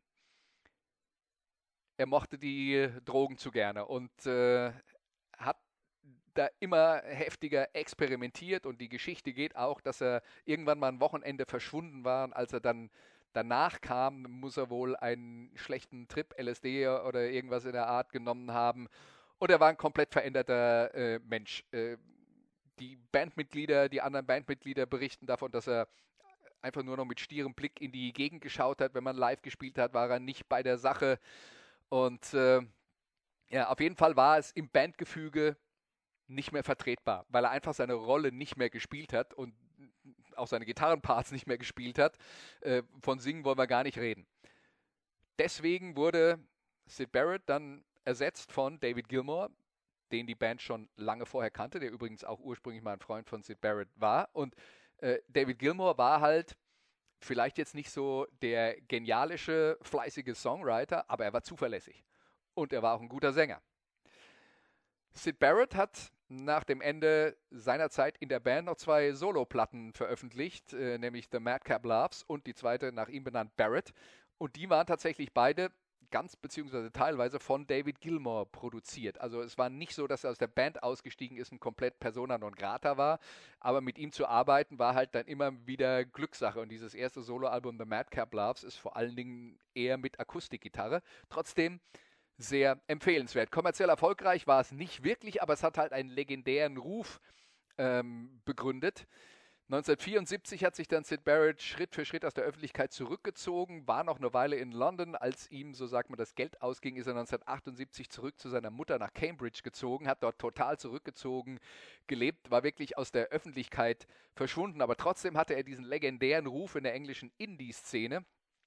er mochte die Drogen zu gerne und äh, hat da immer heftiger experimentiert, und die Geschichte geht auch, dass er irgendwann mal ein Wochenende verschwunden war, und als er dann danach kam, muss er wohl einen schlechten Trip, L S D oder irgendwas in der Art genommen haben, und er war ein komplett veränderter äh, Mensch. Äh, die Bandmitglieder, die anderen Bandmitglieder berichten davon, dass er einfach nur noch mit stierem Blick in die Gegend geschaut hat. Wenn man live gespielt hat, war er nicht bei der Sache, und äh, ja, auf jeden Fall war es im Bandgefüge nicht mehr vertretbar, weil er einfach seine Rolle nicht mehr gespielt hat und auch seine Gitarrenparts nicht mehr gespielt hat. Äh, von Singen wollen wir gar nicht reden. Deswegen wurde Syd Barrett dann ersetzt von David Gilmour, den die Band schon lange vorher kannte, der übrigens auch ursprünglich mal ein Freund von Syd Barrett war. Und äh, David Gilmour war halt vielleicht jetzt nicht so der genialische, fleißige Songwriter, aber er war zuverlässig. Und er war auch ein guter Sänger. Syd Barrett hat nach dem Ende seiner Zeit in der Band noch zwei Soloplatten veröffentlicht, äh, nämlich The Madcap Loves und die zweite nach ihm benannt Barrett. Und die waren tatsächlich beide ganz beziehungsweise teilweise von David Gilmour produziert. Also es war nicht so, dass er aus der Band ausgestiegen ist und komplett persona non grata war, aber mit ihm zu arbeiten war halt dann immer wieder Glückssache. Und dieses erste Soloalbum The Madcap Loves ist vor allen Dingen eher mit Akustikgitarre. Trotzdem sehr empfehlenswert. Kommerziell erfolgreich war es nicht wirklich, aber es hat halt einen legendären Ruf ähm, begründet. neunzehnhundertvierundsiebzig hat sich dann Syd Barrett Schritt für Schritt aus der Öffentlichkeit zurückgezogen, war noch eine Weile in London. Als ihm, so sagt man, das Geld ausging, ist er neunzehnhundertachtundsiebzig zurück zu seiner Mutter nach Cambridge gezogen, hat dort total zurückgezogen gelebt, war wirklich aus der Öffentlichkeit verschwunden. Aber trotzdem hatte er diesen legendären Ruf in der englischen Indie-Szene.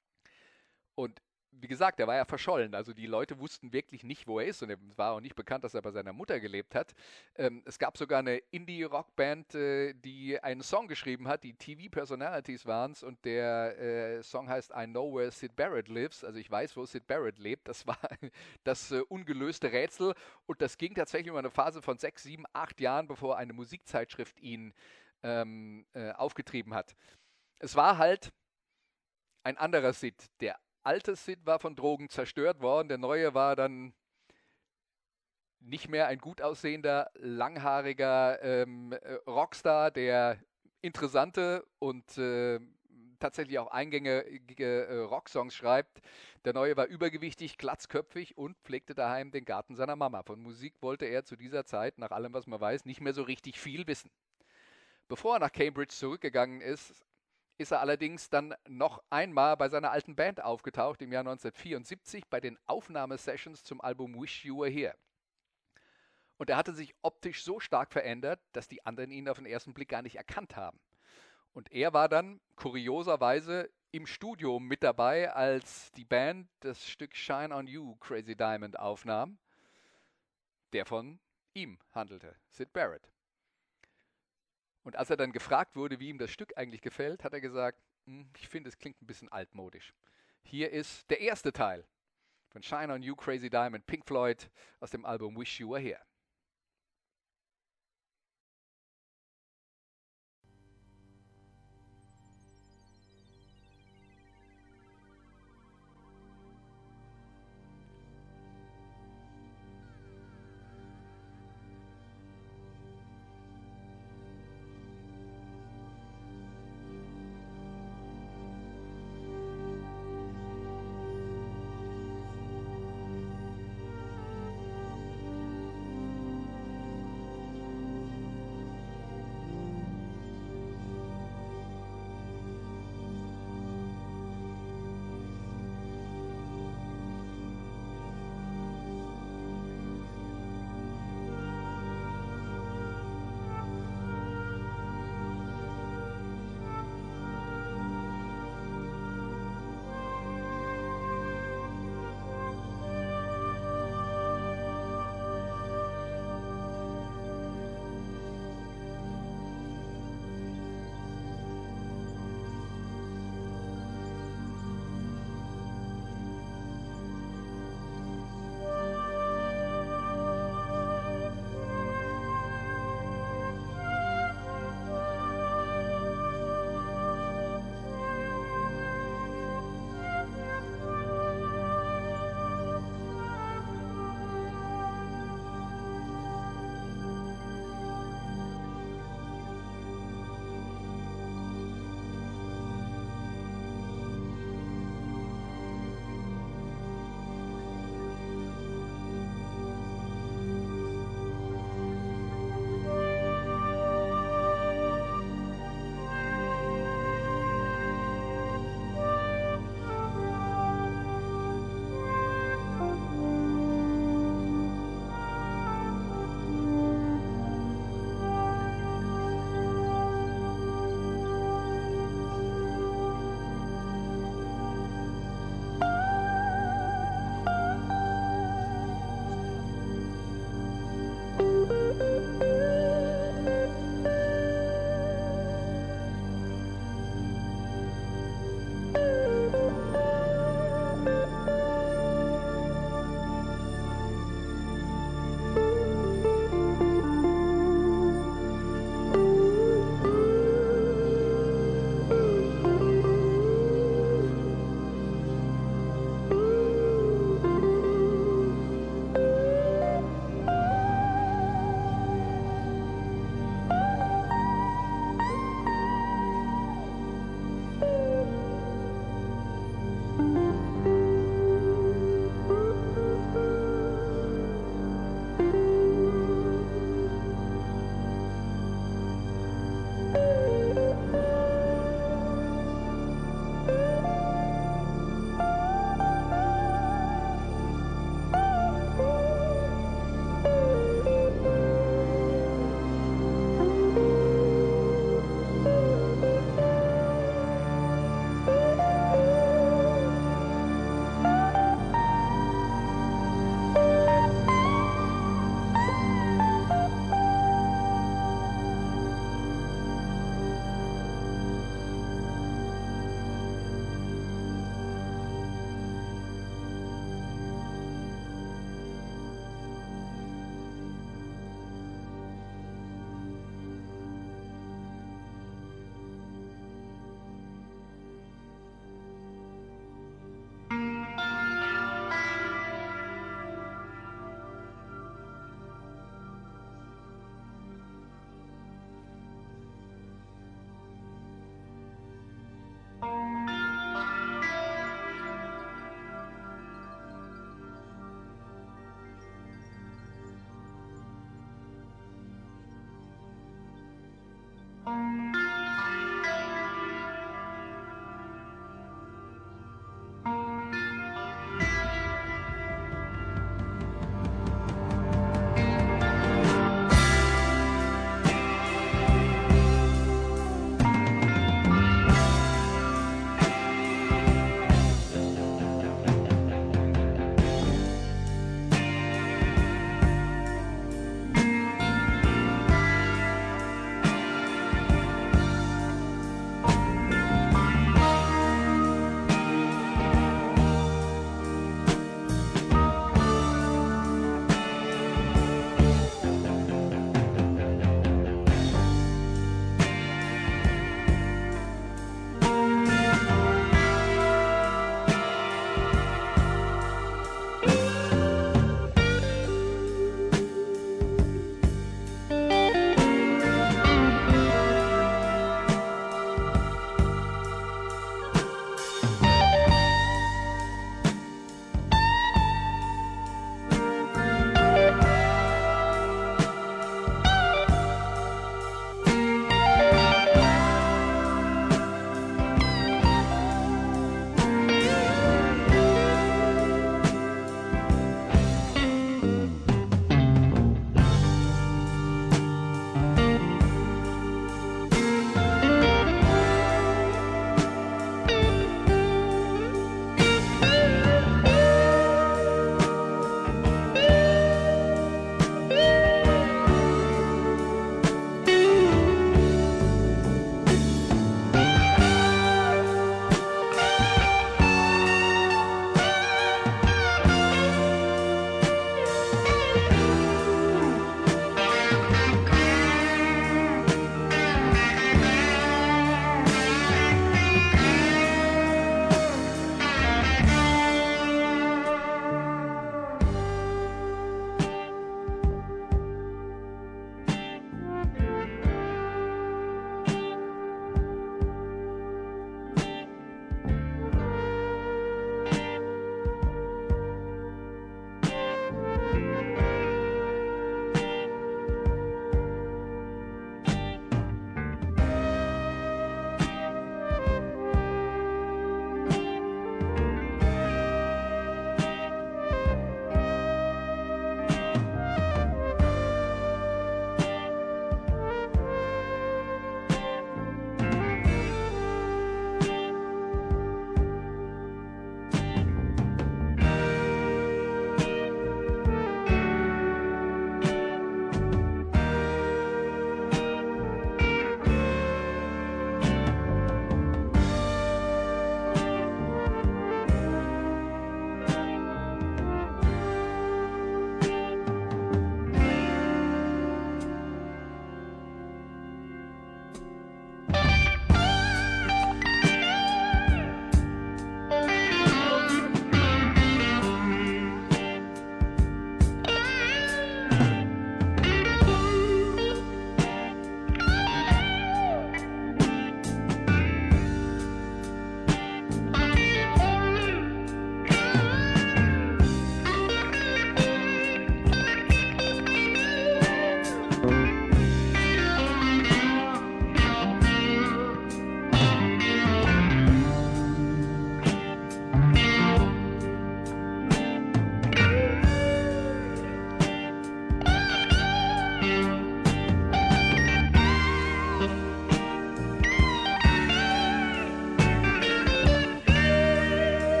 Und wie gesagt, er war ja verschollen. Also die Leute wussten wirklich nicht, wo er ist. Und es war auch nicht bekannt, dass er bei seiner Mutter gelebt hat. Ähm, es gab sogar eine Indie-Rock-Band, äh, die einen Song geschrieben hat. Die T V-Personalities waren es. Und der äh, Song heißt I Know Where Syd Barrett Lives. Also ich weiß, wo Syd Barrett lebt. Das war das äh, ungelöste Rätsel. Und das ging tatsächlich über eine Phase von sechs, sieben, acht Jahren, bevor eine Musikzeitschrift ihn ähm, äh, aufgetrieben hat. Es war halt ein anderer Syd, der alte Syd war von Drogen zerstört worden, der neue war dann nicht mehr ein gut aussehender, langhaariger ähm, Rockstar, der interessante und äh, tatsächlich auch eingängige äh, Rocksongs schreibt. Der neue war übergewichtig, glatzköpfig und pflegte daheim den Garten seiner Mama. Von Musik wollte er zu dieser Zeit, nach allem, was man weiß, nicht mehr so richtig viel wissen. Bevor er nach Cambridge zurückgegangen ist, ist er allerdings dann noch einmal bei seiner alten Band aufgetaucht im Jahr neunzehnhundertvierundsiebzig bei den Aufnahmesessions zum Album Wish You Were Here. Und er hatte sich optisch so stark verändert, dass die anderen ihn auf den ersten Blick gar nicht erkannt haben. Und er war dann kurioserweise im Studio mit dabei, als die Band das Stück Shine on You, Crazy Diamond aufnahm, der von ihm handelte, Syd Barrett. Und als er dann gefragt wurde, wie ihm das Stück eigentlich gefällt, hat er gesagt, ich finde, es klingt ein bisschen altmodisch. Hier ist der erste Teil von Shine on You, Crazy Diamond, Pink Floyd aus dem Album Wish You Were Here.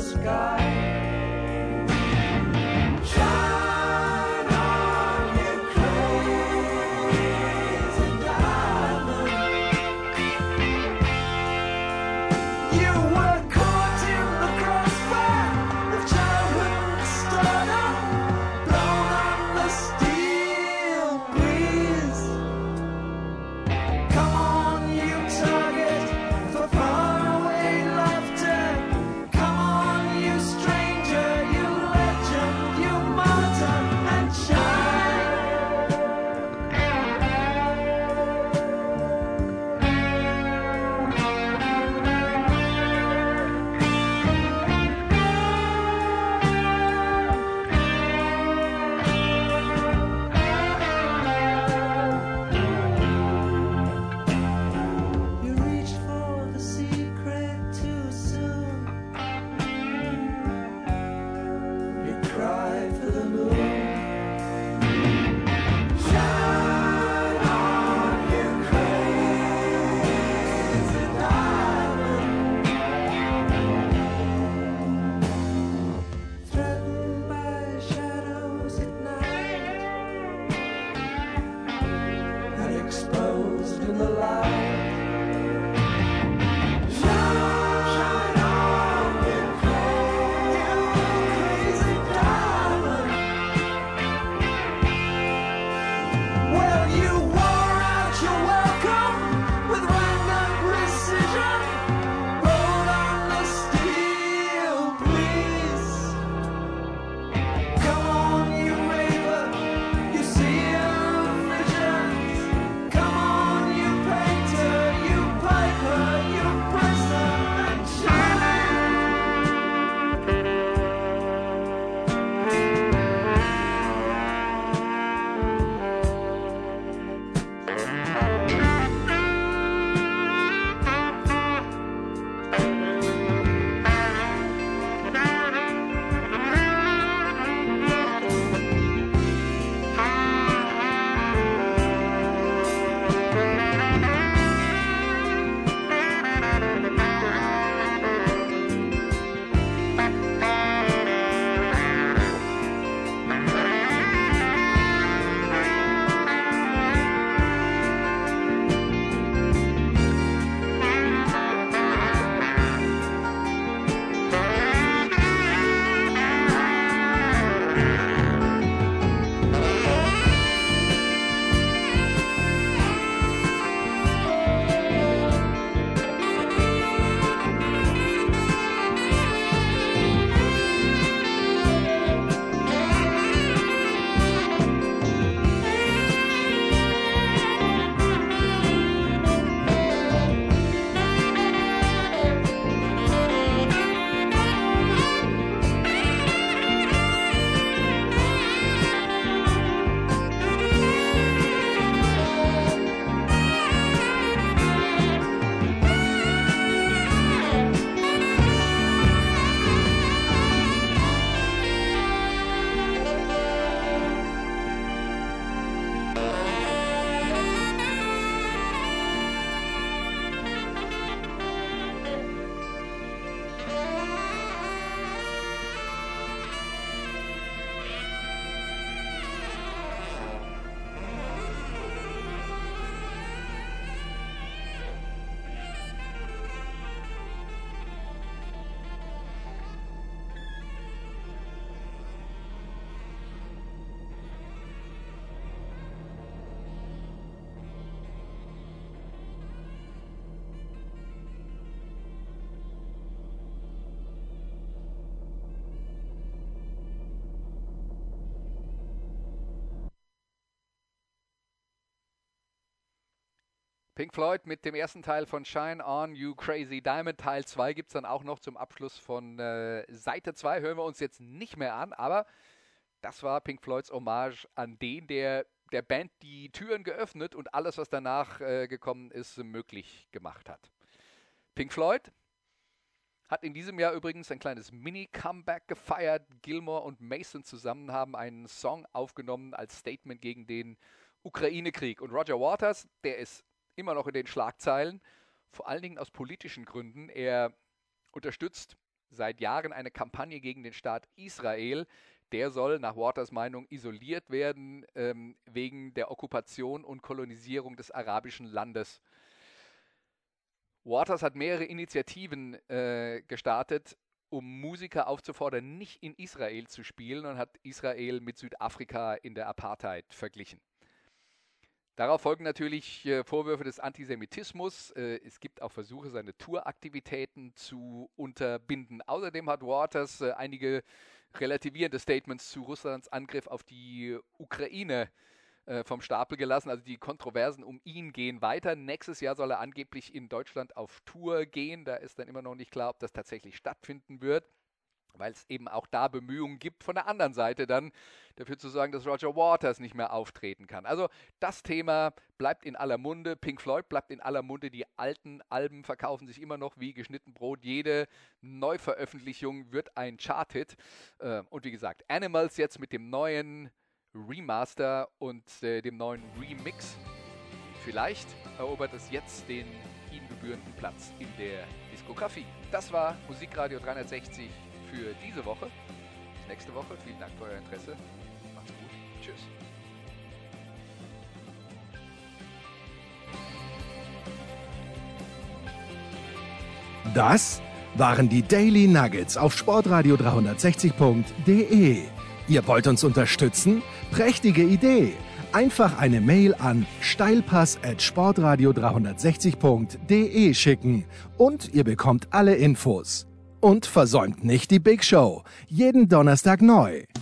Pink Floyd mit dem ersten Teil von Shine On, You Crazy Diamond. Teil zwei gibt es dann auch noch zum Abschluss von äh, Seite zwei. Hören wir uns jetzt nicht mehr an, aber das war Pink Floyds Hommage an den, der der Band die Türen geöffnet und alles, was danach äh, gekommen ist, möglich gemacht hat. Pink Floyd hat in diesem Jahr übrigens ein kleines Mini-Comeback gefeiert. Gilmour und Mason zusammen haben einen Song aufgenommen als Statement gegen den Ukraine-Krieg. Und Roger Waters, der ist immer noch in den Schlagzeilen, vor allen Dingen aus politischen Gründen. Er unterstützt seit Jahren eine Kampagne gegen den Staat Israel. Der soll nach Waters Meinung isoliert werden ähm, wegen der Okkupation und Kolonisierung des arabischen Landes. Waters hat mehrere Initiativen äh, gestartet, um Musiker aufzufordern, nicht in Israel zu spielen, und hat Israel mit Südafrika in der Apartheid verglichen. Darauf folgen natürlich äh, Vorwürfe des Antisemitismus. Äh, es gibt auch Versuche, seine Touraktivitäten zu unterbinden. Außerdem hat Waters äh, einige relativierende Statements zu Russlands Angriff auf die Ukraine äh, vom Stapel gelassen. Also die Kontroversen um ihn gehen weiter. Nächstes Jahr soll er angeblich in Deutschland auf Tour gehen. Da ist dann immer noch nicht klar, ob das tatsächlich stattfinden wird, weil es eben auch da Bemühungen gibt, von der anderen Seite dann dafür zu sorgen, dass Roger Waters nicht mehr auftreten kann. Also das Thema bleibt in aller Munde. Pink Floyd bleibt in aller Munde. Die alten Alben verkaufen sich immer noch wie geschnitten Brot. Jede Neuveröffentlichung wird ein Chart-Hit. Und wie gesagt, Animals jetzt mit dem neuen Remaster und äh, dem neuen Remix. Vielleicht erobert es jetzt den ihm gebührenden Platz in der Diskografie. Das war Musikradio dreihundertsechzig für diese Woche. Bis nächste Woche. Vielen Dank für euer Interesse. Macht's gut. Tschüss. Das waren die Daily Nuggets auf sportradio dreihundertsechzig punkt de. Ihr wollt uns unterstützen? Prächtige Idee! Einfach eine Mail an steilpass at sportradio dreihundertsechzig punkt de schicken und ihr bekommt alle Infos. Und versäumt nicht die Big Show. Jeden Donnerstag neu.